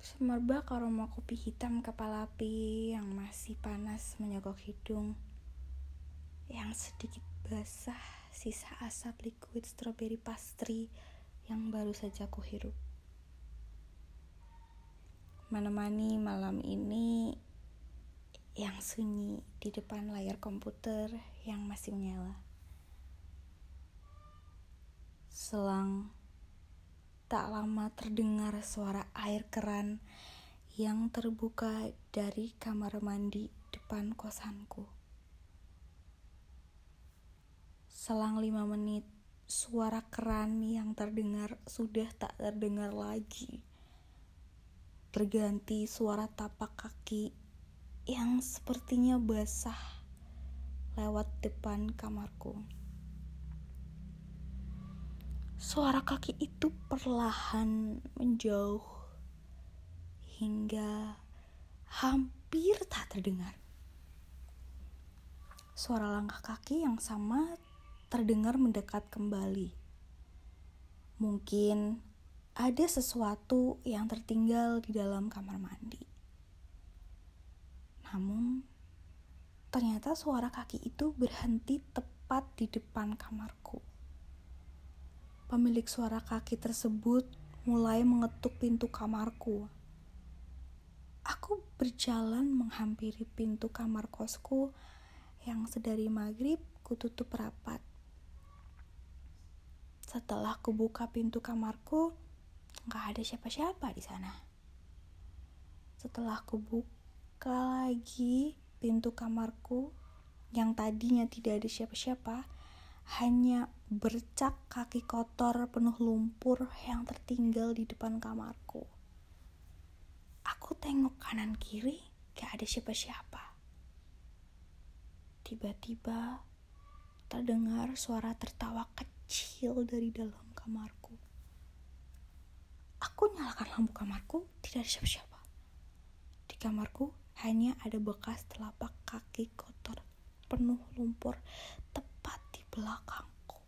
Semerbak aroma kopi hitam kepala api yang masih panas menyogok hidung. Yang sedikit basah sisa asap liquid strawberry pastry yang baru saja kuhirup. Menemani malam ini yang sunyi di depan layar komputer yang masih menyala. Selang tak lama terdengar suara air keran yang terbuka dari kamar mandi depan kosanku. Selang 5 menit, suara keran yang terdengar sudah tak terdengar lagi. Berganti suara tapak kaki yang sepertinya basah lewat depan kamarku. Suara kaki itu perlahan menjauh hingga hampir tak terdengar. Suara langkah kaki yang sama terdengar mendekat kembali. Mungkin ada sesuatu yang tertinggal di dalam kamar mandi. Namun, ternyata suara kaki itu berhenti tepat di depan kamarku. Pemilik suara kaki tersebut mulai mengetuk pintu kamarku. Aku berjalan menghampiri pintu kamar kosku yang sedari maghrib kututup rapat. Setelah kubuka pintu kamarku, gak ada siapa-siapa di sana. Setelah kubuka lagi pintu kamarku yang tadinya tidak ada siapa-siapa, hanya bercak kaki kotor penuh lumpur yang tertinggal di depan kamarku. Aku tengok kanan kiri, gak ada siapa-siapa. Tiba-tiba terdengar suara tertawa kecil dari dalam kamarku. Aku nyalakan lampu kamarku, tidak ada siapa-siapa. Di kamarku hanya ada bekas telapak kaki kotor penuh lumpur tepat di belakangku.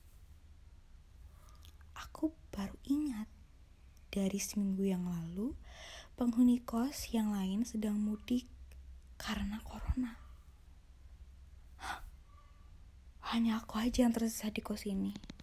Aku baru ingat dari seminggu yang lalu penghuni kos yang lain sedang mudik karena corona. Hanya aku aja yang tersisa di kos ini.